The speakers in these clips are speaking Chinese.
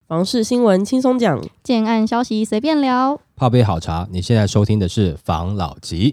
房市新闻轻松讲， 建案消息随便聊， 泡杯好茶。你现在收听的是房老吉。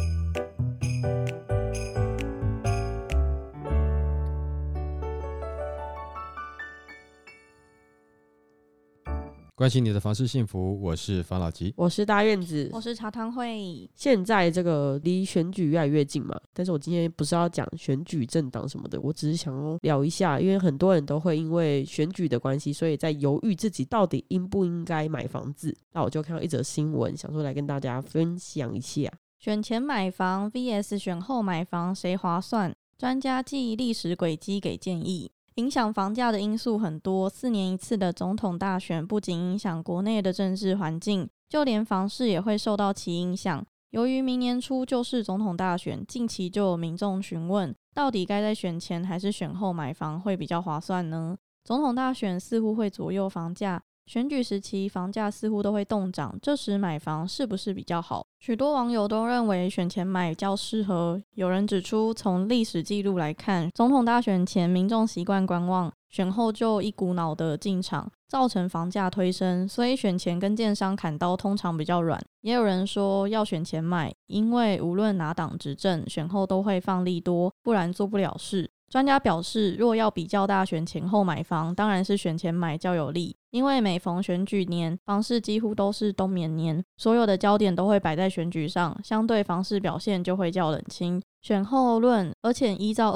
关心你的房市幸福，我是房老吉， 我是大院子， 我是茶汤会。 现在这个离选举越来越近嘛，但是我今天不是要讲选举政党什么的，我只是想要聊一下，因为很多人都会因为选举的关系，所以在犹豫自己到底应不应该买房子。那我就看到一则新闻，想说来跟大家分享一下。 选前买房 vs 选后买房谁划算？专家记历史轨迹给建议。影响房价的因素很多，4年一次的总统大选不仅影响国内的政治环境，就连房市也会受到其影响。由于明年初就是总统大选，近期就有民众询问，到底该在选前还是选后买房会比较划算呢？总统大选似乎会左右房价，选举时期房价似乎都会动涨，这时买房是不是比较好？许多网友都认为选前买较适合。有人指出，从历史记录来看，总统大选前民众习惯观望，选后就一股脑的进场，造成房价推升，所以选前跟建商砍刀通常比较软。也有人说要选前买，因为无论哪党执政，选后都会放利多，不然做不了事。专家表示，若要比较大选前后买房，当然是选前买较有利，因为每逢选举年，房市几乎都是冬眠年，所有的焦点都会摆在选举上，相对房市表现就会较冷清。选后论，而且依照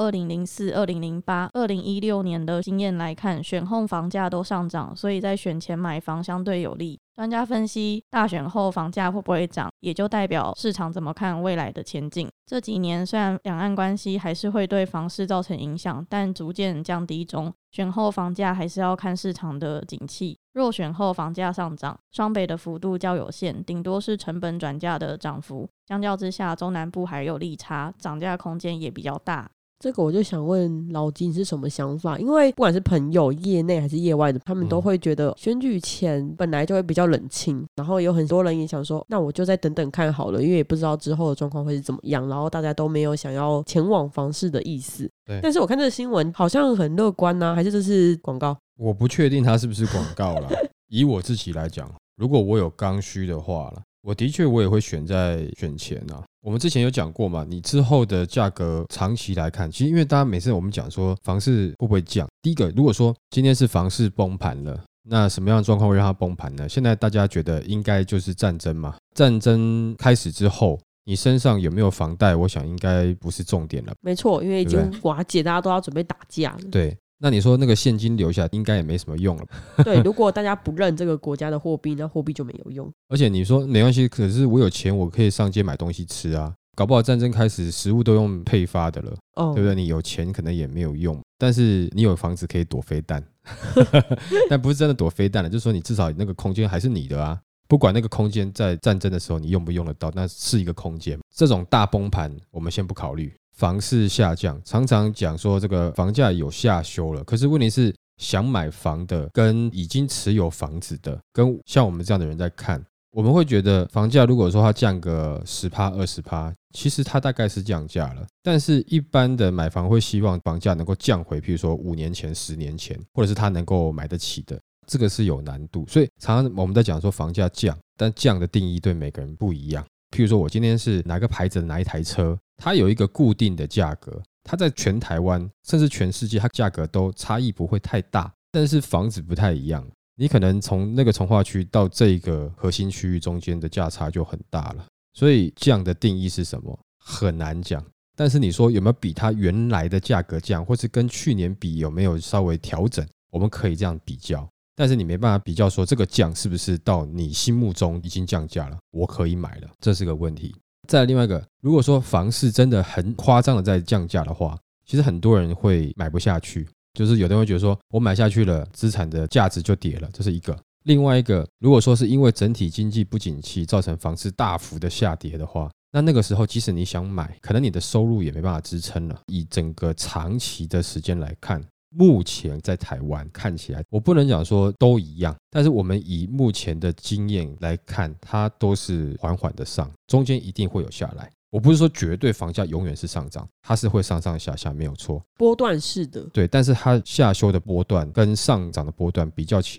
2004、2008、2016年的经验来看，选后房价都上涨，所以在选前买房相对有利。专家分析，大选后房价会不会涨，也就代表市场怎么看未来的前景。这几年虽然两岸关系还是会对房市造成影响，但逐渐降低中，选后房价还是要看市场的景气。若选后房价上涨，双北的幅度较有限，顶多是成本转嫁的涨幅，相较之下中南部还有利差，涨价空间也比较大。 这个我就想问老金是什么想法，因为不管是朋友业内还是业外的，他们都会觉得选举前本来就会比较冷清，然后有很多人也想说那我就再等等看好了，因为也不知道之后的状况会是怎么样，然后大家都没有想要前往房市的意思。 对， 但是我看这个新闻好像很乐观啊，还是这是广告？ 我不确定它是不是广告啦。以我自己来讲，如果我有刚需的话啦，我的确我也会选在选前啊。我们之前有讲过嘛，你之后的价格长期来看，其实因为大家每次我们讲说房市会不会降，第一个如果说今天是房市崩盘了，那什么样的状况会让它崩盘呢？现在大家觉得应该就是战争嘛，战争开始之后你身上有没有房贷，我想应该不是重点了。 没错，因为已经瓦解，大家都要准备打架了。 对，那你说那个现金留下应该也没什么用了。 对，如果大家不认这个国家的货币，那货币就没有用。 而且你说没关系，可是我有钱，我可以上街买东西吃啊。搞不好战争开始，食物都用配发的了，对不对？你有钱可能也没有用，但是你有房子可以躲飞弹，但不是真的躲飞弹了，就是说你至少那个空间还是你的啊。不管那个空间在战争的时候你用不用得到，那是一个空间。这种大崩盘我们先不考虑。房市下降，常常讲说这个房价有下修了，可是问题是想买房的跟已经持有房子的，跟像我们这样的人在看，我们会觉得房价如果说它降个 10%、20%， 其实它大概是降价了。但是一般的买房会希望房价能够降回譬如说5年前、10年前，或者是他能够买得起的，这个是有难度。所以常常我们在讲说房价降，但降的定义对每个人不一样。譬如说我今天是哪个牌子的哪一台车，它有一个固定的价格，它在全台湾甚至全世界它价格都差异不会太大，但是房子不太一样，你可能从那个从化区到这个核心区域中间的价差就很大了。所以降的定义是什么很难讲，但是你说有没有比它原来的价格降，或是跟去年比有没有稍微调整，我们可以这样比较。但是你没办法比较说这个降是不是到你心目中已经降价了，我可以买了，这是个问题。再来另外一个，如果说房市真的很夸张的在降价的话，其实很多人会买不下去，就是有的人会觉得说我买下去了，资产的价值就跌了，这是一个。另外一个，如果说是因为整体经济不景气造成房市大幅的下跌的话，那个时候即使你想买，可能你的收入也没办法支撑了。以整个长期的时间来看，目前在台湾看起来，我不能讲说都一样，但是我们以目前的经验来看，它都是缓缓的上，中间一定会有下来。我不是说绝对房价永远是上涨，它是会上上下下没有错， 波段式的。 对，但是它下修的波段跟上涨的波段比较起来，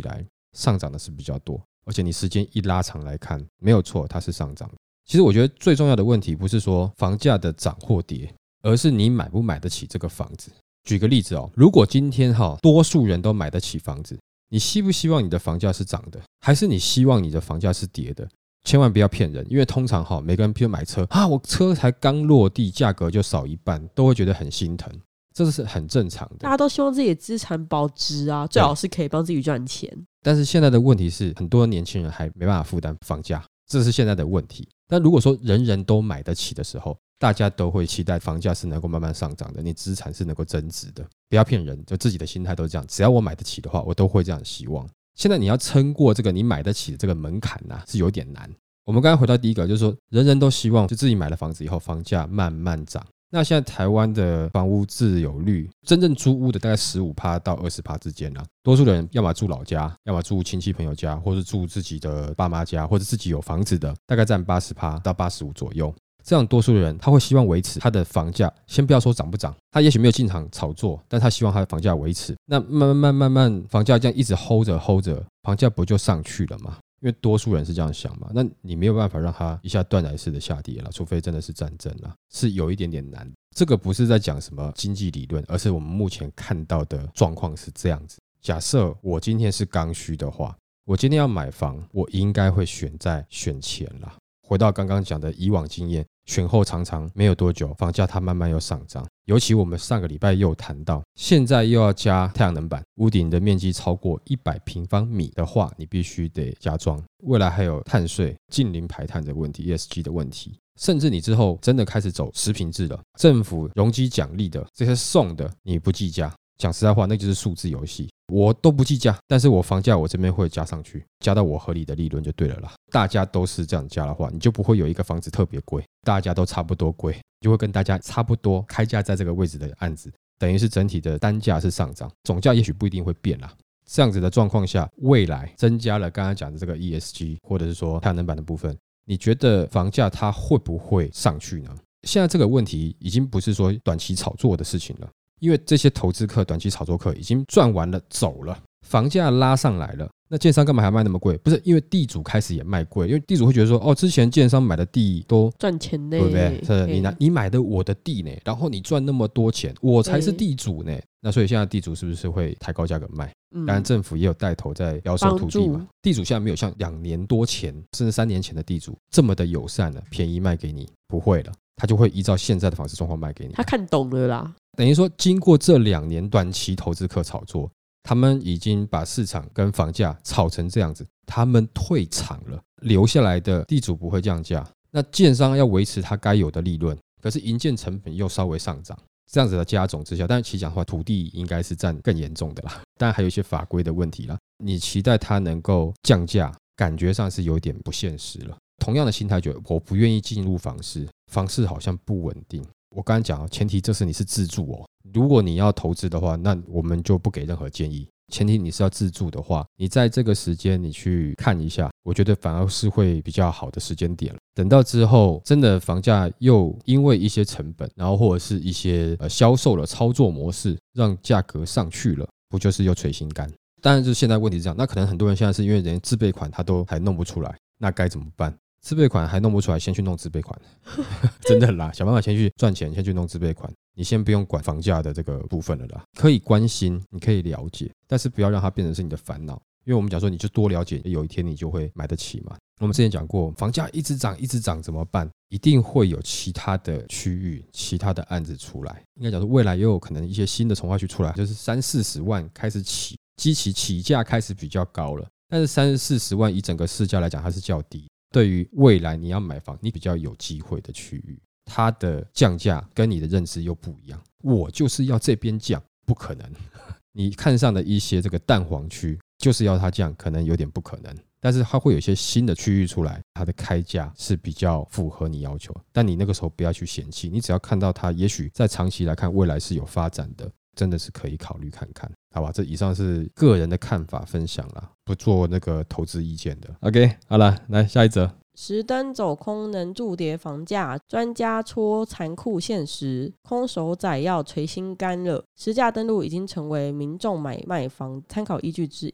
上涨的是比较多，而且你时间一拉长来看，没有错，它是上涨的。其实我觉得最重要的问题不是说房价的涨或跌，而是你买不买得起这个房子。举个例子如果今天多数人都买得起房子，你希不希望你的房价是涨的，还是你希望你的房价是跌的？千万不要骗人，因为通常每个人譬如买车我车才刚落地，价格就少一半，都会觉得很心疼，这是很正常的。 大家都希望自己的资产保值啊，最好是可以帮自己赚钱。 但是现在的问题是，很多年轻人还没办法负担房价，这是现在的问题。但如果说人人都买得起的时候，大家都会期待房价是能够慢慢上涨的，你资产是能够增值的。不要骗人，就自己的心态都是这样，只要我买得起的话，我都会这样希望。现在你要撑过这个你买得起的这个门槛是有点难。我们刚才回到第一个，就是说人人都希望就自己买了房子以后房价慢慢涨。那现在台湾的房屋自有率，真正租屋的大概 15% 到 20% 之间多数人要么住老家，要么住亲戚朋友家，或是住自己的爸妈家，或者自己有房子的，大概占 80% 到 85% 左右。这样多数的人他会希望维持他的房价，先不要说涨不涨，他也许没有进场炒作，但他希望他的房价维持。那慢慢房价这样一直 hold 着，房价不就上去了吗？因为多数人是这样想嘛，那你没有办法让它一下断崖式的下跌了，除非真的是战争了，是有一点点难。这个不是在讲什么经济理论，而是我们目前看到的状况是这样子。假设我今天是刚需的话，我今天要买房，我应该会选在选前啦。回到刚刚讲的以往经验，选后常常没有多久，房价它慢慢又上涨。尤其我们上个礼拜又谈到，现在又要加太阳能板，屋顶的面积超过100平方米的话，你必须得加装。未来还有碳税、近零排碳的问题、ESG 的问题，甚至你之后真的开始走实坪制了，政府容积奖励的这些送的你不计价，讲实在话，那就是数字游戏。我都不计价，但是我房价我这边会加上去，加到我合理的利润就对了啦。大家都是这样加的话，你就不会有一个房子特别贵，大家都差不多贵，就会跟大家差不多开价在这个位置的案子，等于是整体的单价是上涨，总价也许不一定会变啦。这样子的状况下，未来增加了刚刚讲的这个 ESG 或者是说太阳能板的部分，你觉得房价它会不会上去呢？现在这个问题已经不是说短期炒作的事情了，因为这些投资客、短期炒作客已经赚完了走了，房价拉上来了，那建商干嘛还卖那么贵？不是因为地主开始也卖贵，因为地主会觉得说，之前建商买的地都赚钱呢， 对不对？是你买的我的地呢，然后你赚那么多钱，我才是地主呢。那所以现在地主是不是会抬高价格卖？当然政府也有带头在标售土地嘛。地主现在没有像2年多前甚至3年前的地主这么的友善了，便宜卖给你，不会了，他就会依照现在的房市状况卖给你。 他看懂了啦。 等于说经过这2年短期投资客炒作，他们已经把市场跟房价炒成这样子，他们退场了，留下来的地主不会降价，那建商要维持他该有的利润，可是营建成本又稍微上涨，这样子的加总之下，但是其实讲的话，土地应该是占更严重的啦，当然还有一些法规的问题啦，你期待它能够降价，感觉上是有点不现实了。同样的心态，觉得我不愿意进入房市，房市好像不稳定。我刚才讲前提这是你是自住如果你要投资的话，那我们就不给任何建议。前提你是要自住的话，你在这个时间你去看一下，我觉得反而是会比较好的时间点了。等到之后真的房价又因为一些成本，然后或者是一些销售的操作模式让价格上去了，不就是又捶心肝？当然就是现在问题是这样，那可能很多人现在是因为连自备款他都还弄不出来，那该怎么办？自备款还弄不出来，先去弄自备款真的啦，想办法先去赚钱，先去弄自备款，你先不用管房价的这个部分了啦。可以关心，你可以了解，但是不要让它变成是你的烦恼，因为我们讲说你就多了解，有一天你就会买得起嘛。我们之前讲过，房价一直涨怎么办？一定会有其他的区域、其他的案子出来，应该讲说未来也有可能一些新的从化区出来，就是30-40万开始起，基期起价开始比较高了，但是30-40万以整个市价来讲它是较低，对于未来你要买房你比较有机会的区域，它的降价跟你的认知又不一样，我就是要这边降，不可能你看上的一些这个蛋黄区就是要它降，可能有点不可能，但是它会有一些新的区域出来，它的开价是比较符合你要求，但你那个时候不要去嫌弃，你只要看到它也许在长期来看未来是有发展的，真的是可以考虑看看，好吧？这以上是个人的看法分享啦，不做那个投资意见的。 OK， 好了，来下一则。 实登走空能助跌房价，专家戳残酷现实，空手仔要捶心肝了。实价登录已经成为民众买卖房参考依据之一，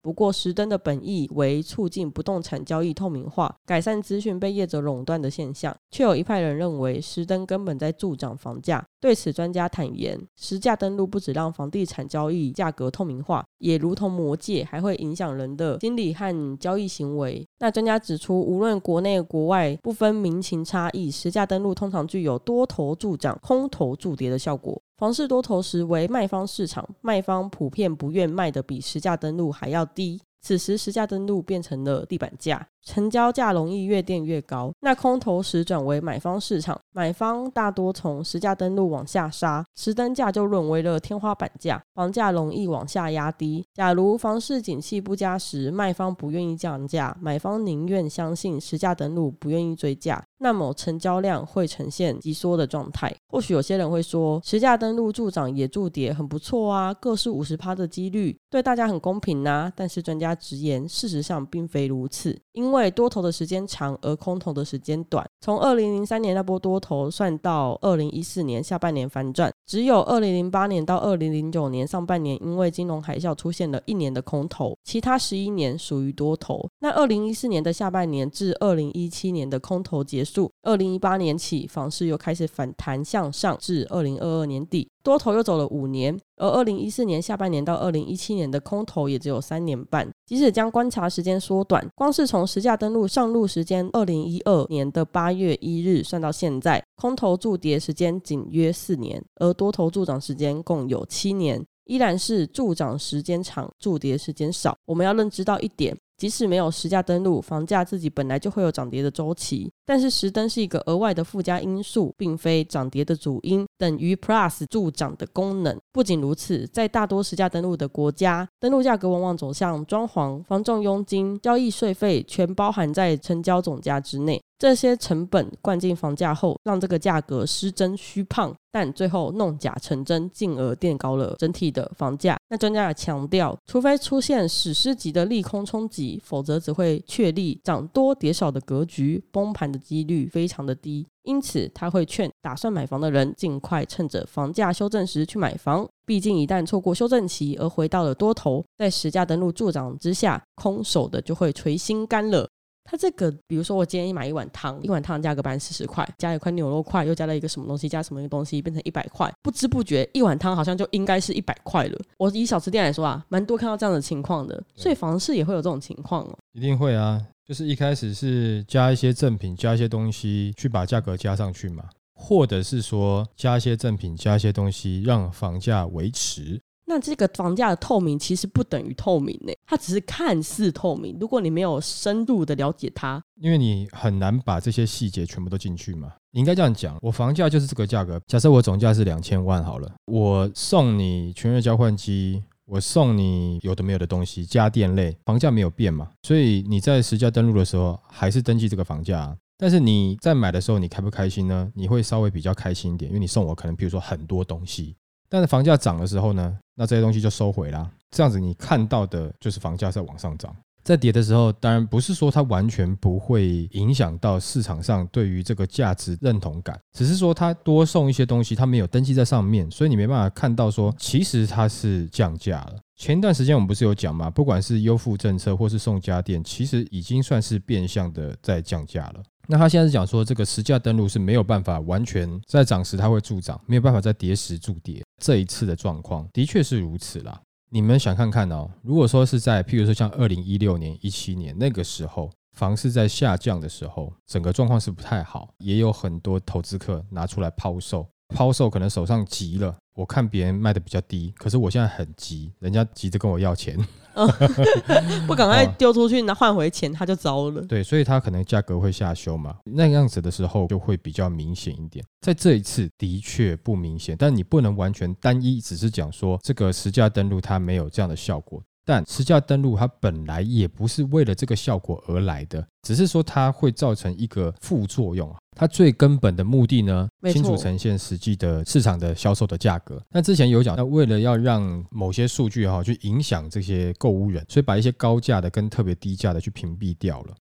不过实登的本意为促进不动产交易透明化，改善资讯被业者垄断的现象，却有一派人认为实登根本在助长房价。对此专家坦言，实价登录不只让房地产交易价格透明化，也如同魔戒，还会影响人的心理和交易行为。那专家指出，无论国内国外不分民情差异，实价登录通常具有多头助涨、空头助跌的效果。房市多头时为卖方市场，卖方普遍不愿卖得比实价登录还要低，此时实价登录变成了地板价，成交价容易越垫越高。那空头时转为买方市场，买方大多从实价登录往下杀，实登价就沦为了天花板价，房价容易往下压低。假如房市景气不佳时，卖方不愿意降价，买方宁愿相信实价登录，不愿意追价，那么成交量会呈现急缩的状态。或许有些人会说，实价登录助涨也助跌很不错啊，各是 50% 的几率，对大家很公平啊。但是专家直言，事实上并非如此，因为多头的时间长，而空头的时间短。从2003年那波多头算到2014年下半年反转，只有2008年到2009年上半年因为金融海啸出现了1年的空头，其他11年属于多头。那2014年的下半年至2017年的空头结束，2018年起房市又开始反弹向上，至2022年底多头又走了5年，而2014年下半年到2017年的空头也只有3年半。即使将观察时间缩短，光是从实价登录上路时间2012年的8月1日算到现在，空头筑跌时间仅约4年，而多头助涨时间共有7年，依然是助涨时间长，筑跌时间少。我们要认知到一点，即使没有实价登录，房价自己本来就会有涨跌的周期，但是实登是一个额外的附加因素，并非涨跌的主因，等于 plus 助涨的功能。不仅如此，在大多实价登录的国家，登录价格往往走向装潢、房仲佣金、交易税费全包含在成交总价之内，这些成本灌进房价后，让这个价格失真虚胖，但最后弄假成真，进而垫高了整体的房价。那专家也强调，除非出现史诗级的利空冲击，否则只会确立涨多跌少的格局，崩盘的几率非常的低。因此他会劝打算买房的人尽快趁着房价修正时去买房，毕竟一旦错过修正期而回到了多头，在实价登录助涨之下，空手的就会捶心肝了。它这个比如说我今天买一碗汤价格40块，加一块牛肉块，又加了一个什么东西，加什么东西变成100块，不知不觉一碗汤好像就应该是100块了。我以小吃店来说啊，蛮多看到这样的情况的，所以房市也会有这种情况哦。 一定会啊，就是一开始是加一些赠品，加一些东西去把价格加上去嘛，或者是说加一些赠品，加一些东西让房价维持。 那这个房价的透明其实不等于透明耶，它只是看似透明，如果你没有深入的了解它， 因为你很难把这些细节全部都进去嘛。你应该这样讲，我房价就是这个价格，假设我总价是2000万好了，我送你全热交换机，我送你有的没有的东西，家电类，房价没有变嘛，所以你在实价登录的时候还是登记这个房价啊。但是你在买的时候你开不开心呢？你会稍微比较开心一点，因为你送我可能比如说很多东西。但是房价涨的时候呢，那这些东西就收回啦，这样子你看到的就是房价在往上涨。在跌的时候，当然不是说它完全不会影响到市场上对于这个价值认同感，只是说它多送一些东西，它没有登记在上面，所以你没办法看到说其实它是降价了。前一段时间我们不是有讲吗？不管是优付政策或是送家电，其实已经算是变相的在降价了。那他现在是讲说这个实价登录是没有办法完全在涨时它会助涨，没有办法在跌时助跌，这一次的状况的确是如此啦。你们想看看哦，如果说是在譬如说像2016年17年那个时候房市在下降的时候，整个状况是不太好，也有很多投资客拿出来抛售可能手上急了，我看别人卖的比较低，可是我现在很急，人家急着跟我要钱不赶快丢出去换回钱他就糟了。 对，所以他可能价格会下修嘛，那样子的时候就会比较明显一点。在这一次的确不明显，但你不能完全单一只是讲说这个实价登录它没有这样的效果，但实价登录它本来也不是为了这个效果而来的，只是说它会造成一个副作用。它最根本的目的呢，清楚呈现实际的市场的销售的价格。那之前有讲，为了要让某些数据去影响这些购物人，所以把一些高价的跟特别低价的去屏蔽掉了。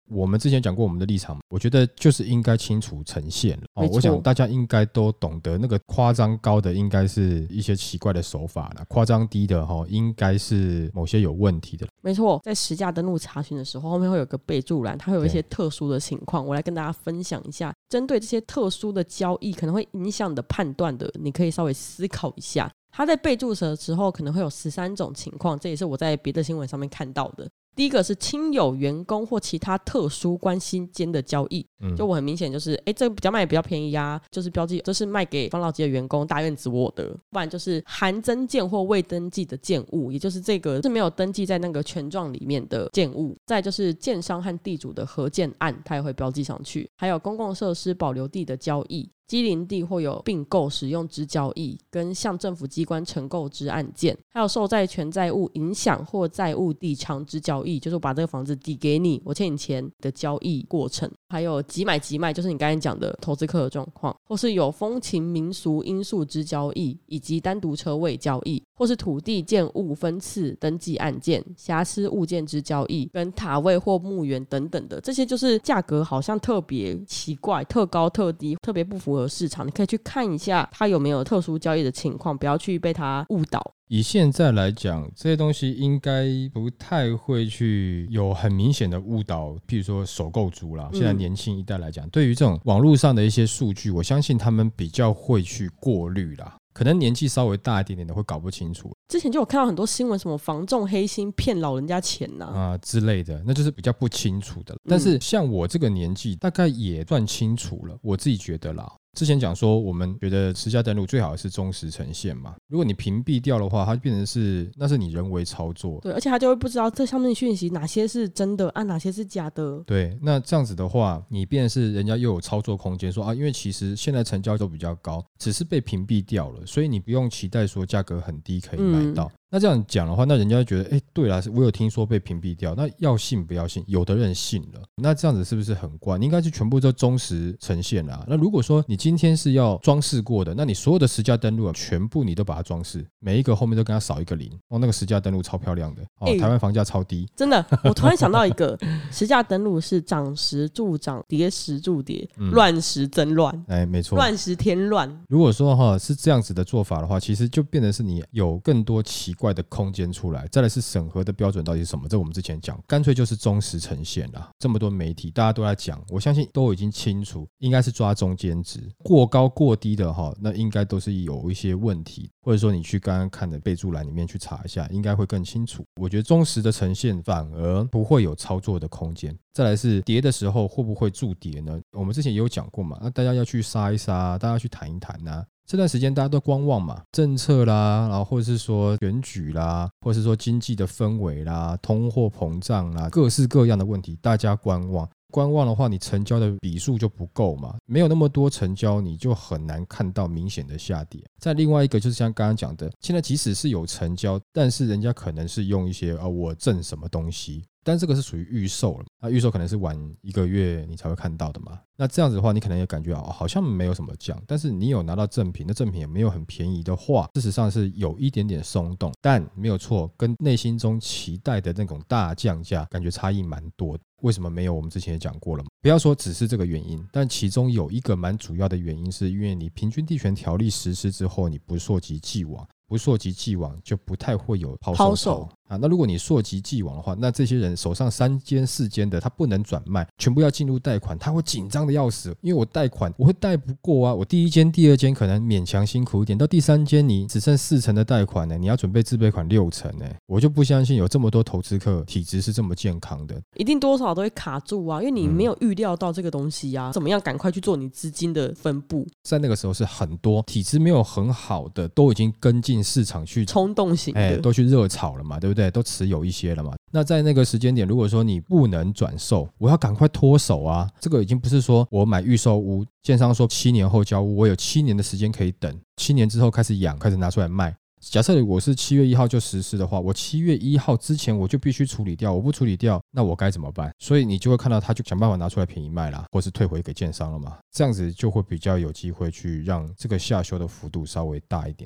我们之前讲过我们的立场，我觉得就是应该清楚呈现了。我想大家应该都懂得，那个夸张高的应该是一些奇怪的手法啦，夸张低的应该是某些有问题的。 没错，在实价登录查询的时候，后面会有个备注栏，它会有一些特殊的情况，我来跟大家分享一下。针对这些特殊的交易可能会影响你的判断的，你可以稍微思考一下。它在备注的时候可能会有13种情况，这也是我在别的新闻上面看到的。第一个是亲友、员工或其他特殊关系间的交易，就我很明显就是这个比较卖比较便宜啊，就是标记这是卖给方老吉的员工，大院子我的。不然就是含增建或未登记的建物，也就是这个是没有登记在那个权状里面的建物。再就是建商和地主的合建案，它也会标记上去。还有公共设施保留地的交易，机林地或有并购使用之交易，跟向政府机关承购之案件，还有受债权债务影响或债务抵偿之交易，就是我把这个房子抵给你，我欠你钱的交易过程。还有即买即卖，就是你刚才讲的投资客的状况，或是有风情民俗因素之交易，以及单独车位交易，或是土地建物分次登记案件、瑕疵物件之交易，跟塔位或墓园等等的，这些就是价格好像特别奇怪、特高特低，特别不符合市场。你可以去看一下它有没有特殊交易的情况，不要去被它误导。 以现在来讲，这些东西应该不太会去有很明显的误导，譬如说首购族啦，现在年轻一代来讲，对于这种网络上的一些数据，我相信他们比较会去过滤啦，可能年纪稍微大一点点的会搞不清楚。 之前就有看到很多新闻，什么房仲黑心骗老人家钱之类的，那就是比较不清楚的。但是像我这个年纪，大概也算清楚了，我自己觉得啦。之前讲说我们觉得实价登录最好是忠实呈现嘛，如果你屏蔽掉的话，它变成是那是你人为操作， 对，而且他就会不知道这上面的讯息哪些是真的哪些是假的。 对，那这样子的话，你变成是人家又有操作空间，说因为其实现在成交都比较高，只是被屏蔽掉了，所以你不用期待说价格很低可以买到。那这样讲的话，那人家就觉得对啦，我有听说被屏蔽掉，那要信不要信？有的人信了，那这样子是不是很怪？你应该是全部都忠实呈现啦。那如果说你今天是要装饰过的，那你所有的实价登录全部你都把它装饰，每一个后面都跟它少一个零那个实价登录超漂亮的台湾房价超低， 真的。我突然想到一个实价登录是涨时助涨，跌时助跌，乱时增乱。 没错， 乱时添乱。 如果说是这样子的做法的话，其实就变成是你有更多奇怪的空间出来。再来是审核的标准到底是什么，这我们之前讲，干脆就是忠实呈现啦。这么多媒体大家都在讲，我相信都已经清楚，应该是抓中间值，过高过低的那应该都是有一些问题，或者说你去刚刚看的备注栏里面去查一下，应该会更清楚。我觉得忠实的呈现反而不会有操作的空间。再来是跌的时候会不会助跌呢？我们之前也有讲过嘛，那大家要去杀一杀，大家去谈一谈这段时间大家都观望嘛，政策啦，然后或者是说选举啦，或者是说经济的氛围啦，通货膨胀啦，各式各样的问题，大家观望。观望的话，你成交的笔数就不够嘛，没有那么多成交，你就很难看到明显的下跌。再另外一个就是像刚刚讲的，现在即使是有成交，但是人家可能是用一些我赠什么东西，但这个是属于预售了，那预售可能是晚1个月你才会看到的嘛。那这样子的话，你可能也感觉好像没有什么降，但是你有拿到赠品，那赠品也没有很便宜的话，事实上是有一点点松动，但没有错，跟内心中期待的那种大降价感觉差异蛮多的。为什么没有？我们之前也讲过了，不要说只是这个原因，但其中有一个蛮主要的原因，是因为你平均地权条例实施之后，你不溯及既往，不溯及既往就不太会有抛售那如果你溯及既往的话，那这些人手上3间4间的他不能转卖，全部要进入贷款，他会紧张的要死，因为我贷款我会贷不过我第1间第2间可能勉强辛苦一点，到第3间你只剩4成的贷款你要准备自备款6成我就不相信有这么多投资客体质是这么健康的， 一定多少都会卡住因为你没有预料到这个东西怎么样赶快去做你资金的分布。 在那个时候是很多体质没有很好的都已经跟进市场去冲动型的都去热炒了嘛，对不对？都持有一些了嘛。那在那个时间点，如果说你不能转售，我要赶快脱手这个已经不是说我买预售屋，建商说7年后交屋，我有7年的时间可以等，7年之后开始养，开始拿出来卖。假设我是7月1号就实施的话，我7月1号之前我就必须处理掉，我不处理掉那我该怎么办？所以你就会看到他就想办法拿出来便宜卖啦，或是退回给建商了嘛，这样子就会比较有机会去让这个下修的幅度稍微大一点点。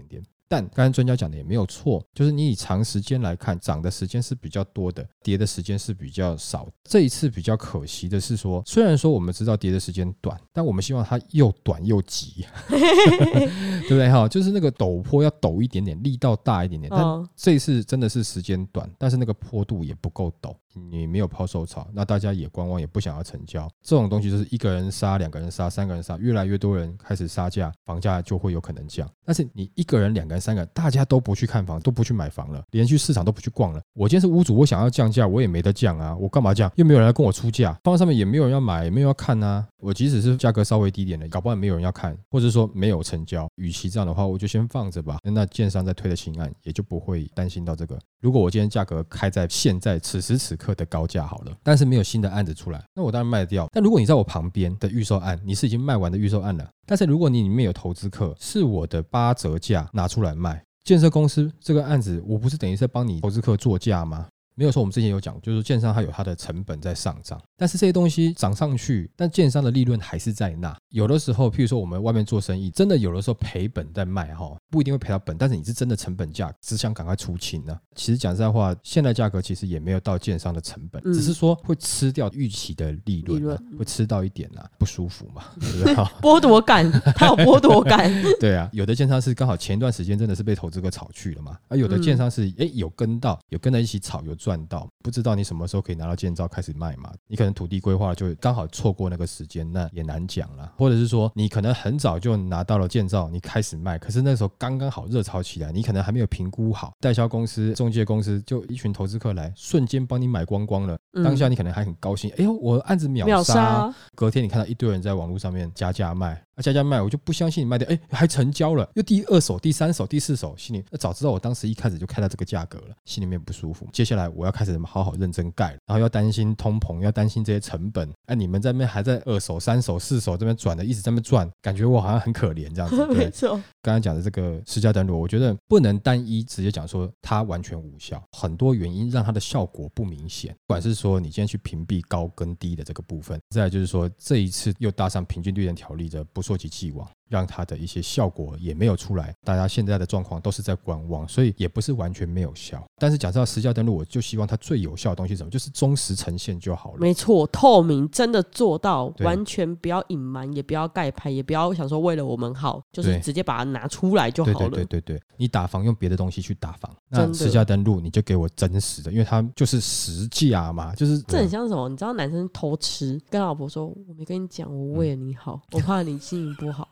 但刚才专家讲的也没有错，就是你以长时间来看，涨的时间是比较多的，跌的时间是比较少。这一次比较可惜的是说，虽然说我们知道跌的时间短，但我们希望它又短又急对不对？就是那个陡坡要陡一点点，力道大一点点，但这一次真的是时间短，但是那个坡度也不够陡，你没有抛售潮，那大家也观望，也不想要成交。这种东西就是一个人杀，两个人杀，三个人杀，越来越多人开始杀价，房价就会有可能降。但是你一个人、两个人、三个人，大家都不去看房，都不去买房了，连去市场都不去逛了。我今天是屋主，我想要降价，我也没得降啊，我干嘛降？又没有人来跟我出价，放在上面也没有人要买，也没有人要看啊。我即使是价格稍微低一点的，搞不好没有人要看，或者说没有成交。与其这样的话，我就先放着吧。那建商在推的新案，也就不会担心到这个。如果我今天价格开在现在此时此刻的高价好了，但是没有新的案子出来，那我当然卖得掉。但如果你在我旁边的预售案，你是已经卖完的预售案了，但是如果你里面有投资客，是我的8折价拿出来卖，建设公司这个案子，我不是等于是帮你投资客做价吗？没有说我们之前有讲，就是建商它有它的成本在上涨，但是这些东西涨上去，但建商的利润还是在那。有的时候譬如说我们外面做生意，真的有的时候赔本在卖，不一定会赔到本，但是你是真的成本价，只想赶快出清啊。其实讲实在话，现在价格其实也没有到建商的成本，只是说会吃掉预期的利润会吃到一点不舒服嘛，对不对？ 剥夺感，它有剥夺感对啊，有的建商是刚好前一段时间真的是被投资客炒去了嘛，而有的建商是有跟在一起炒，有赚到，不知道你什么时候可以拿到建造开始卖嘛。你可能土地规划就刚好错过那个时间，那也难讲啦。或者是说你可能很早就拿到了建造，你开始卖，可是那时候刚刚好热潮起来，你可能还没有评估好，代销公司、中介公司就一群投资客来，瞬间帮你买光光了。当下你可能还很高兴，我案子秒杀，隔天你看到一堆人在网络上面加价卖，加价卖，我就不相信你卖的，还成交了，又第2手、第3手、第4手，心里早知道我当时一开始就开到这个价格了，心里面不舒服。接下来我要开始好好认真盖，然后要担心通膨，要担心这些成本，你们在那边还在2手、3手、4手这边转的，一直在那边转，感觉我好像很可怜这样子。 没错， 刚才讲的这个实价登录，我觉得不能单一直接讲说它完全无效，很多原因让它的效果不明显。不管是说你今天去屏蔽高跟低的这个部分，再来就是说这一次又搭上平均地权条例的不溯及既往，让它的一些效果也没有出来，大家现在的状况都是在观望，所以也不是完全没有效。但是讲到实价登录，我就希望它最有效的东西是什么？就是忠实呈现就好了。 没错，透明，真的做到完全不要隐瞒，也不要盖牌，也不要想说为了我们好，就是直接把它拿出来就好了。 对，你打房用别的东西去打房，那实价登录你就给我真实的，因为它就是实价嘛，就是这很像什么？你知道男生偷吃，跟老婆说我没跟你讲，我为了你好，我怕你心情不好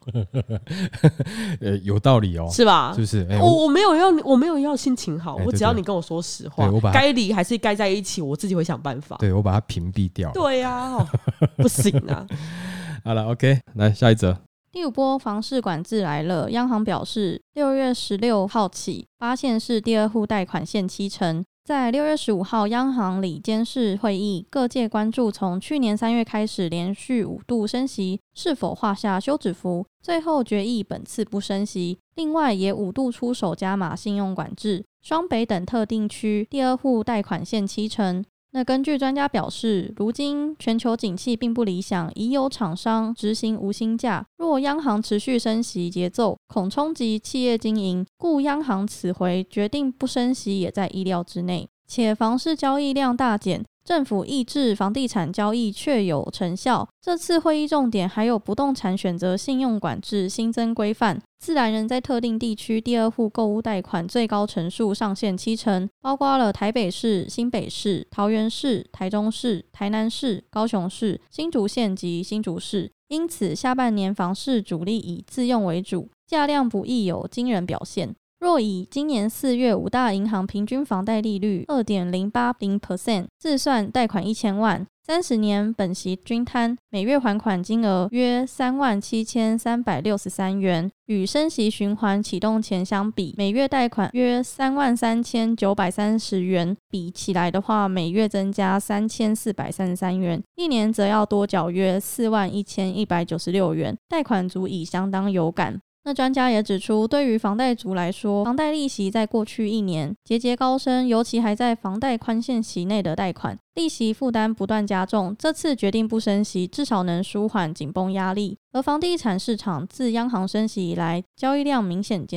有道理哦， 是吧？ 是不是？ 我没有要心情好，我只要你跟我说实话，该离还是该在一起，我自己会想办法。 对，我把它屏蔽掉。 对啊，不行啊。 好了 ，OK， 来下一则。 第5波房市管制来了，央行表示6月16号起，8县市第2户贷款限70%。在6月15号央行理监事会议，各界关注从去年3月开始连续5度升息是否画下休止符，最后决议本次不升息。另外也5度出手加码信用管制，双北等特定区第2户贷款限70%。那根据专家表示，如今全球景气并不理想，已有厂商执行无薪假，若央行持续升息节奏，恐冲击企业经营，故央行此回决定不升息也在意料之内。且房市交易量大减，政府抑制房地产交易确有成效。这次会议重点还有不动产选择信用管制新增规范，自然人在特定地区第2户购屋贷款最高成数上限70%，包括了台北市、新北市、桃园市、台中市、台南市、高雄市、新竹县及新竹市。因此下半年房市主力以自用为主，价量不易有惊人表现。若以今年4月5大银行平均房贷利率 2.080% 自算贷款1000万，30年本息均摊，每月还款金额约37363元，与升息循环启动前相比，每月贷款约33930元，比起来的话，每月增加3433元，一年则要多缴约41196元，贷款族已相当有感。那专家也指出，对于房贷族来说，房贷利息在过去1年节节高升，尤其还在房贷宽限期内的贷款，利息负担不断加重。这次决定不升息，至少能舒缓紧绷压力。而房地产市场自央行升息以来，交易量明显减少，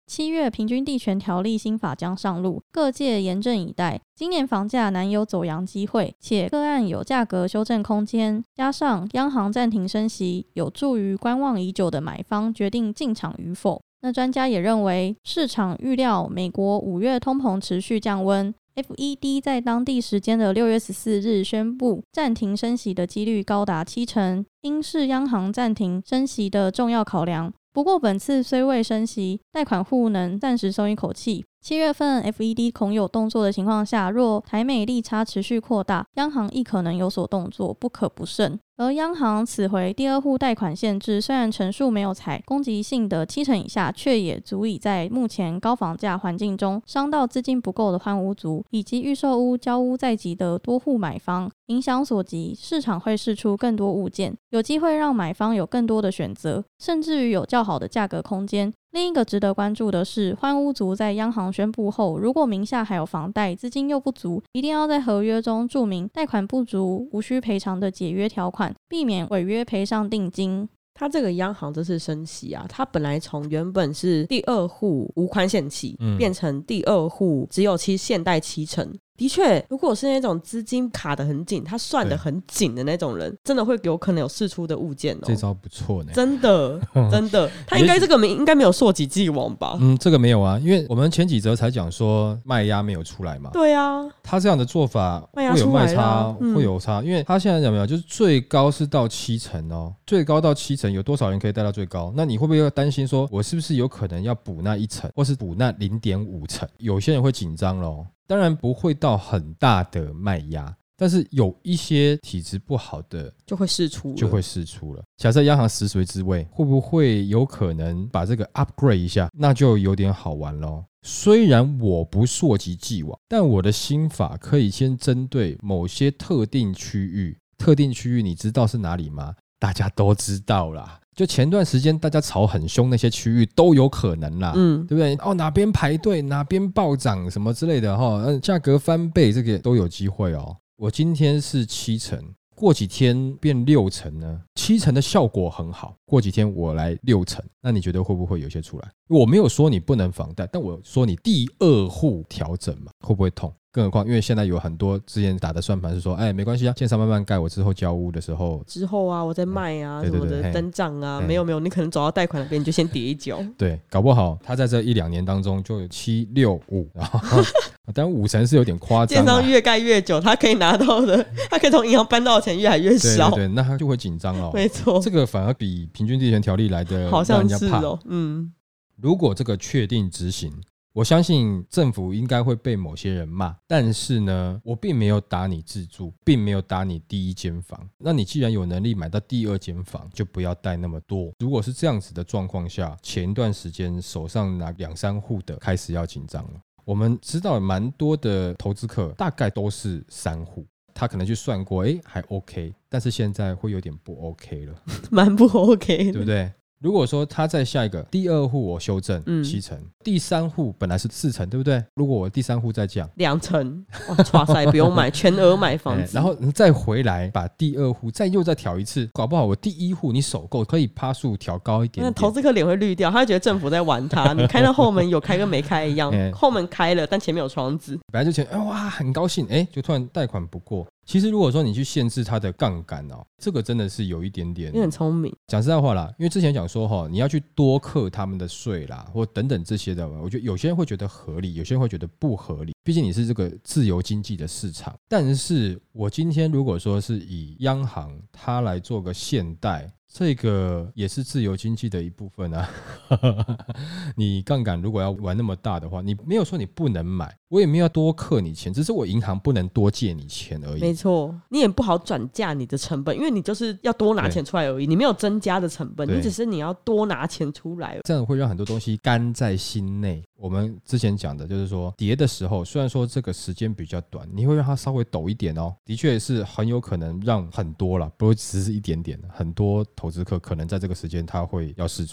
7月平均地权条例新法将上路，各界严阵以待。今年房价难有走扬机会，且个案有价格修正空间，加上央行暂停升息，有助于观望已久的买方决定进场与否。那专家也认为，市场预料美国5月通膨持续降温， FED 在当地时间的6月14日宣布暂停升息的几率高达70%，应是央行暂停升息的重要考量。不过本次虽未升息，贷款户能暂时松一口气。7月份 FED 恐有动作的情况下，若台美利差持续扩大，央行亦可能有所动作，不可不慎。而央行此回第二户贷款限制虽然陈述没有采攻击性的70%以下，却也足以在目前高房价环境中伤到资金不够的换屋族以及预售屋交屋在即的多户买方。影响所及，市场会释出更多物件，有机会让买方有更多的选择，甚至于有较好的价格空间。另一个值得关注的是，换屋族在央行宣布后，如果名下还有房贷，资金又不足，一定要在合约中注明贷款不足无需赔偿的解约条款，避免违约赔上定金。 他这个央行这次升息啊，他本来从原本是第二户无宽限期，变成第二户只有限贷70%。的确，如果是那种资金卡得很紧，他算得很紧的那种人，真的会有可能有释出的物件哦。 这招不错呢， 真的真的，他应该这个应该没有溯及既往吧？ 这个没有啊，因为我们前几则才讲说卖压没有出来嘛。 对啊， 他这样的做法会有卖差，会有差，因为他现在有没有就是最高是到70%哦，最高到70%，有多少人可以贷到最高？那你会不会要担心说，我是不是有可能要补那1层，或是补那0.5层？有些人会紧张咯。当然不会到很大的卖压，但是有一些体质不好的就会释出了。假设央行食髓知味，会不会有可能把这个 upgrade 一下？那就有点好玩咯。虽然我不溯及既往，但我的新法可以先针对某些特定区域你知道是哪里吗？大家都知道啦，就前段时间大家吵很凶那些区域都有可能啦，对不对？哪边排队哪边暴涨什么之类的价格翻倍，这个都有机会哦。我今天是70%，过几天变60%呢？70%的效果很好，过几天我来60%，那你觉得会不会有些出来？我没有说你不能房贷，但我说你第二户调整嘛，会不会痛？更何况因为现在有很多之前打的算盘是说，没关系啊，建商慢慢盖，我之后交屋的时候啊我再卖啊什么的登账啊，没有你可能走到贷款那边你就先跌一脚。对， 搞不好他在这1-2年当中就有7、6、5，但5成是有点夸张， 建商越盖越久，他可以拿到的，他可以从银行搬到的钱越来越少。 对，那他就会紧张了。 没错， 这个反而比平均地权条例来的好像是让人家怕。如果这个确定执行，我相信政府应该会被某些人骂，但是呢，我并没有打你自住，并没有打你第一间房。那你既然有能力买到第二间房，就不要贷那么多。如果是这样子的状况下，前一段时间手上拿2、3户的开始要紧张了。我们知道蛮多的投资客大概都是3户，他可能去算过，还 OK， 但是现在会有点不 OK 了， 蛮不 OK 的，对不对？如果说他在下一个第二户我修正7成，第3户本来是4成，对不对？如果我第3户再降 2成，哇塞，不用买，全额买房子， 然后你再回来把第二户又再调一次，搞不好我第一户你首购可以趴数调高一点点， 那投资客脸会绿掉，他会觉得政府在玩他。你开到后门有开跟没开一样，后门开了，但前面有窗子， 本来就觉得哇很高兴，就突然贷款不过。其实如果说你去限制它的杠杆这个真的是有一点点， 你很聪明。 讲实在话啦，因为之前讲说你要去多课他们的税啦，或等等这些的，我觉得有些人会觉得合理，有些人会觉得不合理。毕竟你是这个自由经济的市场，但是我今天如果说是以央行它来做个限贷，这个也是自由经济的一部分啊。你杠杆如果要玩那么大的话，你没有说你不能买，我也没有要多课你钱，只是我银行不能多借你钱而已。 没错，你也不好转嫁你的成本，因为你就是要多拿钱出来而已，你没有增加的成本，你只是你要多拿钱出来， 这样会让很多东西干在心内。我们之前讲的就是说跌的时候，虽然说这个时间比较短，你会让它稍微抖一点的确是很有可能让很多啦，不会只是一点点，很多投资客可能在这个时间他会要释出了。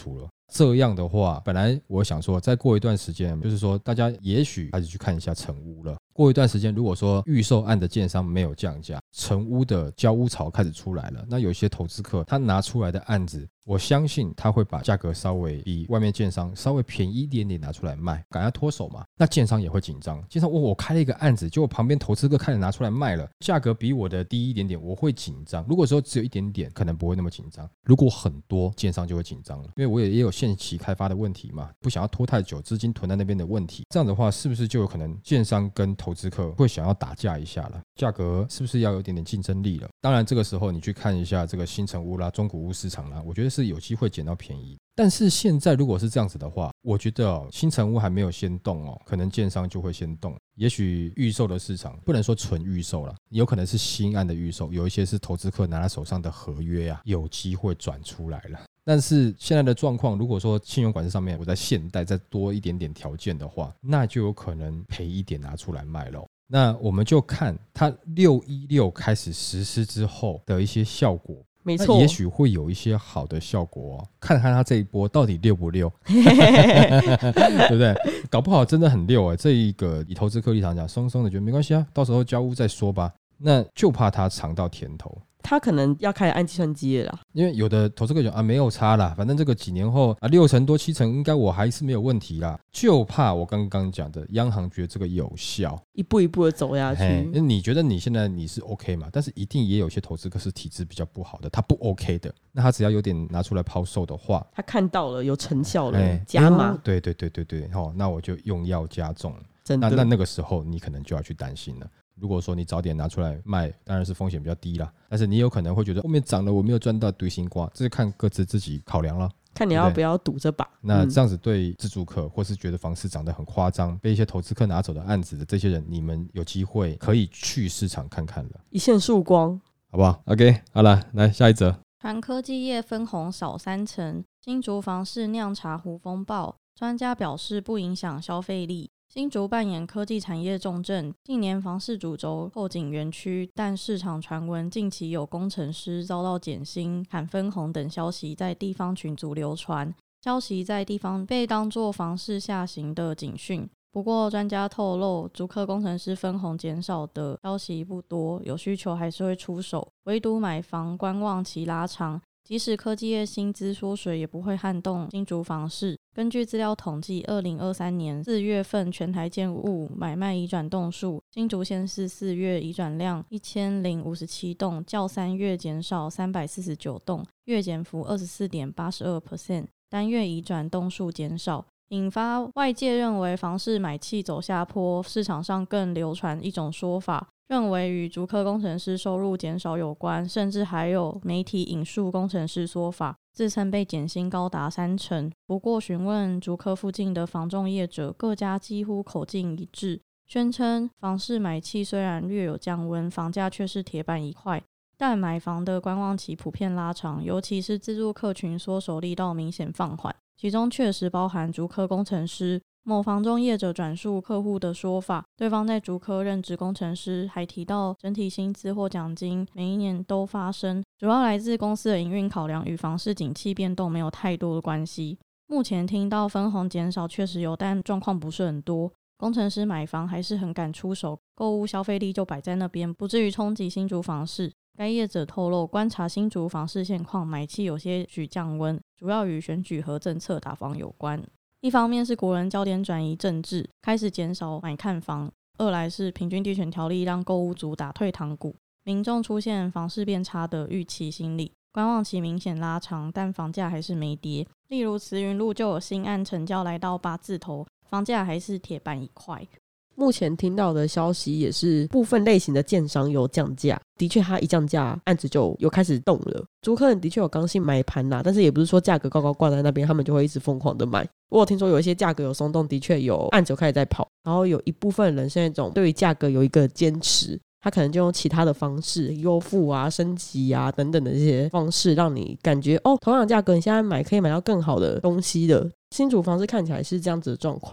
这样的话，本来我想说再过一段时间，就是说大家也许开始去看一下成屋了。过一段时间，如果说预售案的建商没有降价，成屋的交屋潮开始出来了，那有一些投资客他拿出来的案子，我相信他会把价格稍微比外面建商稍微便宜一点点拿出来卖，赶快脱手嘛。那建商也会紧张，建商我开了一个案子，结果旁边投资客开始拿出来卖了，价格比我的低一点点，我会紧张。如果说只有一点点，可能不会那么紧张；如果很多，建商就会紧张了，因为我也有限期开发的问题嘛，不想要拖太久，资金囤在那边的问题。这样的话，是不是就有可能建商跟投资客会想要打架一下了？价格是不是要有点点竞争力了？当然，这个时候你去看一下这个新成屋啦、中古屋市场啦，我觉得是有机会捡到便宜。但是现在如果是这样子的话，我觉得新成屋还没有先动可能建商就会先动。也许预售的市场不能说纯预售啦，有可能是新案的预售，有一些是投资客拿在手上的合约有机会转出来了。但是现在的状况，如果说信用管制上面我在现贷再多一点点条件的话，那就有可能赔一点拿出来卖咯。那我们就看它616开始实施之后的一些效果， 没错， 也许会有一些好的效果看看它这一波到底溜不溜对不对？搞不好真的很溜这一个以投资客立场讲，松松的觉得没关系到时候交屋再说吧，那就怕他尝到甜头。 他可能要开始按计算机了啦， 因为有的投资客讲没有差啦，反正这个几年后6成多7成应该我还是没有问题啦，就怕我刚刚讲的央行觉得这个有效， 一步一步的走下去。 因为你觉得你现在你是 OK 嘛，但是一定也有些投资客是体质比较不好的，他不 OK 的，那他只要有点拿出来抛售的话， 他看到了有成效了，加码， 对对对对对那我就用药加重， 真的。 那个时候你可能就要去担心了。如果说你早点拿出来卖，当然是风险比较低啦，但是你有可能会觉得后面涨了我没有赚到堆心瓜，这是看各自己考量了， 看你要不要赌这把。 那这样子对自住客或是觉得房市涨得很夸张被一些投资客拿走的案子的这些人，你们有机会可以去市场看看了， 一线曙光， 好不好？ OK， 好了，来下一则。 传科技业分红少3成，新竹房市酿茶壶风暴，专家表示不影响消费力。新竹扮演科技产业重镇，近年房市主轴后景园区，但市场传闻近期有工程师遭到减薪、砍分红等消息在地方群组流传，消息在地方被当作房市下行的警讯。不过专家透露，竹科工程师分红减少的消息不多，有需求还是会出手，唯独买房观望期拉长，即使科技业薪资缩水也不会撼动新竹房市。根据资料统计，2023年4月份全台建物买卖移转栋数，新竹县市4月移转量1057栋，较3月减少349栋，月减幅 24.82%， 单月移转栋数减少，引发外界认为房市买气走下坡。市场上更流传一种说法，认为与竹科工程师收入减少有关，甚至还有媒体引述工程师说法，自称被减薪高达3成。不过询问竹科附近的房仲业者，各家几乎口径一致，宣称房市买气虽然略有降温，房价却是铁板一块，但买房的观望期普遍拉长，尤其是自住客群缩手力道明显放缓，其中确实包含竹科工程师。某房仲业者转述客户的说法，对方在竹科任职工程师，还提到整体薪资或奖金每一年都发生，主要来自公司的营运考量，与房市景气变动没有太多的关系。目前听到分红减少确实有，但状况不是很多，工程师买房还是很敢出手，购物消费力就摆在那边，不至于冲击新竹房市。该业者透露，观察新竹房市现况，买气有些许降温，主要与选举和政策打房有关。一方面是国人焦点转移政治，开始减少买看房；二来是平均地权条例让购屋族打退堂鼓，民众出现房市变差的预期心理，观望期明显拉长，但房价还是没跌。例如慈云路就有新案成交来到8字头，房价还是铁板一块。 目前听到的消息也是部分类型的建商有降价，的确他一降价案子就有开始动了。竹科人的确有刚性买盘啦，但是也不是说价格高高挂在那边他们就会一直疯狂的买。我有听说有一些价格有松动，的确有案子有开始在跑，然后有一部分人现在这种对于价格有一个坚持，他可能就用其他的方式优付啊、升级啊等等的这些方式，让你感觉同样价格你现在买可以买到更好的东西的。新竹房市看起来是这样子的状况了。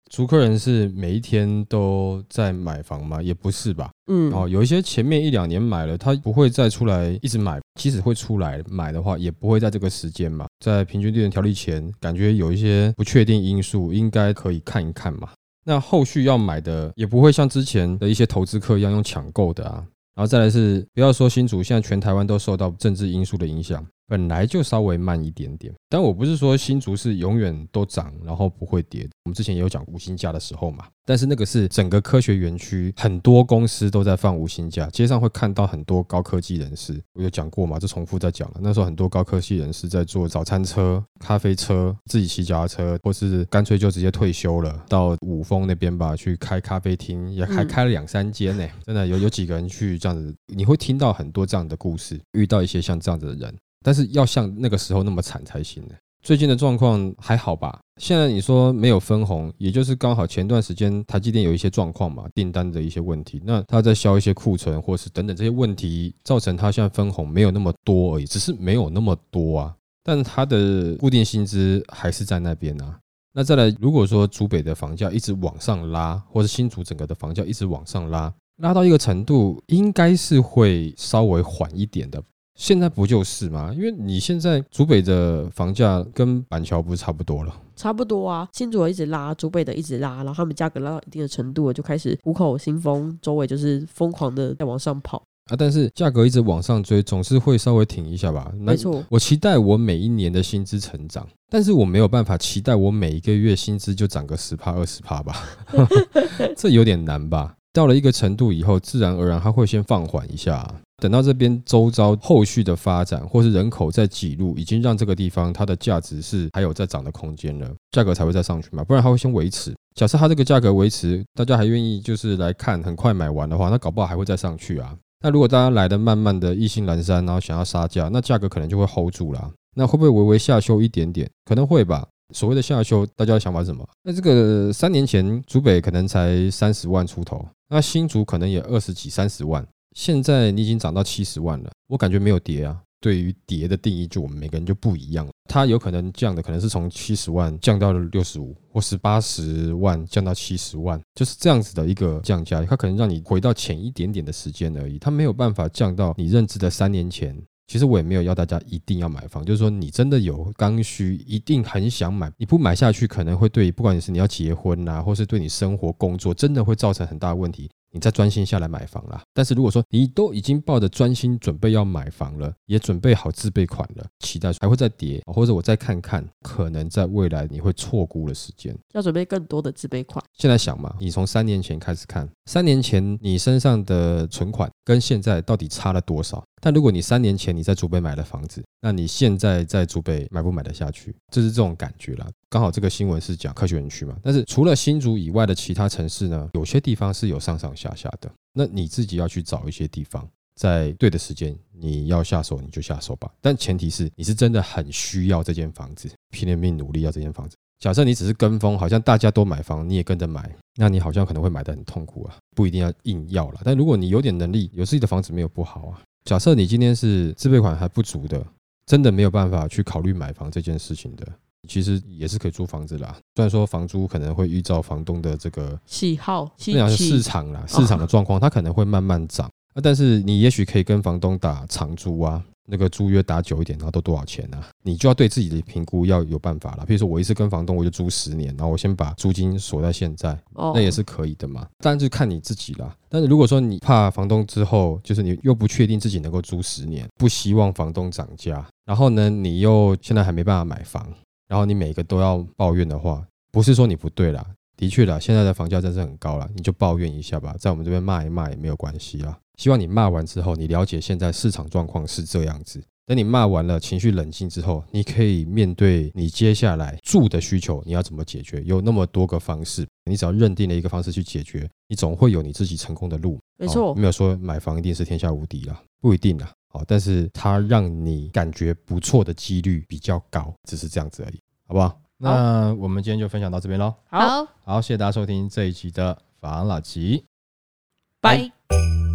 租客人是每一天都在买房吗？也不是吧。有一些前面1-2年买了，他不会再出来一直买，即使会出来买的话，也不会在这个时间嘛。在平均地权条例前，感觉有一些不确定因素，应该可以看一看嘛。那后续要买的也不会像之前的一些投资客一样用抢购的啊。然后再来是，不要说新竹，现在全台湾都受到政治因素的影响，本来就稍微慢一点点。但我不是说新竹是永远都涨然后不会跌，我们之前也有讲无薪假的时候嘛，但是那个是整个科学园区很多公司都在放无薪假，街上会看到很多高科技人士，我有讲过嘛，这重复在讲了。那时候很多高科技人士在做早餐车、咖啡车，自己骑脚踏车，或是干脆就直接退休了，到五峰那边吧去开咖啡厅，也还开了2-3间呢。真的有几个人去这样子，你会听到很多这样的故事，遇到一些像这样子的人，但是要像那个时候那么惨才行呢。最近的状况还好吧？现在你说没有分红，也就是刚好前段时间台积电有一些状况嘛，订单的一些问题，那他在销一些库存或是等等这些问题，造成他现在分红没有那么多而已，只是没有那么多啊，但是他的固定薪资还是在那边啊。那再来，如果说竹北的房价一直往上拉，或是新竹整个的房价一直往上拉到一个程度，应该是会稍微缓一点的。现在不就是吗？因为你现在竹北的房价跟板桥不是差不多了？ 差不多啊，新竹一直拉，竹北的一直拉，然后他们价格拉到一定的程度了，就开始湖口、新丰周围就是疯狂的在往上跑啊。但是价格一直往上追，总是会稍微停一下吧？ 没错， 我期待我每一年的薪资成长，但是我没有办法期待我每一个月薪资就涨个10%、20%吧，这有点难吧？到了一个程度以后，自然而然它会先放缓一下等到这边周遭后续的发展，或是人口在挤入，已经让这个地方它的价值是还有在涨的空间了，价格才会再上去嘛，不然它会先维持。假设它这个价格维持，大家还愿意就是来看，很快买完的话，那搞不好还会再上去啊。那如果大家来的慢慢的意兴阑珊，然后想要杀价，那价格可能就会 hold 住啦。那会不会微微下修一点点？可能会吧。所谓的下修，大家的想法是什么？那这个3年前竹北可能才30万出头，那新竹可能也20几30万，现在你已经涨到70万了，我感觉没有跌啊。对于跌的定义，就我们每个人就不一样，它有可能降的可能是从70万降到了65，或是80万降到70万，就是这样子的一个降价，它可能让你回到前一点点的时间而已，它没有办法降到你认知的3年前。其实我也没有要大家一定要买房，就是说你真的有刚需，一定很想买，你不买下去可能会对，不管你要结婚啦，或是对你生活工作，真的会造成很大的问题。你再专心下来买房啦。但是如果说你都已经抱着专心准备要买房了，也准备好自备款了，期待还会再跌，或者我再看看，可能在未来你会错估了时间， 要准备更多的自备款。 现在想嘛，你从3年前开始看，3年前你身上的存款跟现在到底差了多少？但如果你3年前你在竹北买了房子，那你现在在竹北买不买得下去？这是这种感觉啦。刚好这个新闻是讲科学园区嘛，但是除了新竹以外的其他城市呢，有些地方是有上上下下的。那你自己要去找一些地方，在对的时间你要下手你就下手吧，但前提是你是真的很需要这间房子，拼了命努力要这间房子。假设你只是跟风，好像大家都买房你也跟着买，那你好像可能会买得很痛苦啊，不一定要硬要啦。但如果你有点能力，有自己的房子没有不好啊。假设你今天是自备款还不足的，真的没有办法去考虑买房这件事情的，其实也是可以租房子啦。虽然说房租可能会依照房东的这个喜好、 市场啦，市场的状况，它可能会慢慢涨。但是你也许可以跟房东打长租啊，那个租约打久一点，然后都多少钱啊？你就要对自己的评估要有办法啦。比如说我一次跟房东我就租10年，然后我先把租金锁在现在，那也是可以的嘛。当然就看你自己啦。但是如果说你怕房东之后，就是你又不确定自己能够租10年，不希望房东涨价，然后呢你又现在还没办法买房，然后你每个都要抱怨的话，不是说你不对啦，的确啦，现在的房价真是很高啦，你就抱怨一下吧，在我们这边骂一骂也没有关系啦。希望你骂完之后，你了解现在市场状况是这样子。等你骂完了，情绪冷静之后，你可以面对你接下来住的需求，你要怎么解决？有那么多个方式，你只要认定了一个方式去解决，你总会有你自己成功的路。 没错， 没有说买房一定是天下无敌啦，不一定啦。但是它让你感觉不错的几率比较高，只是这样子而已，好不好？那我们今天就分享到这边咯。 好， 谢谢大家收听这一集的法郎老吉， 拜。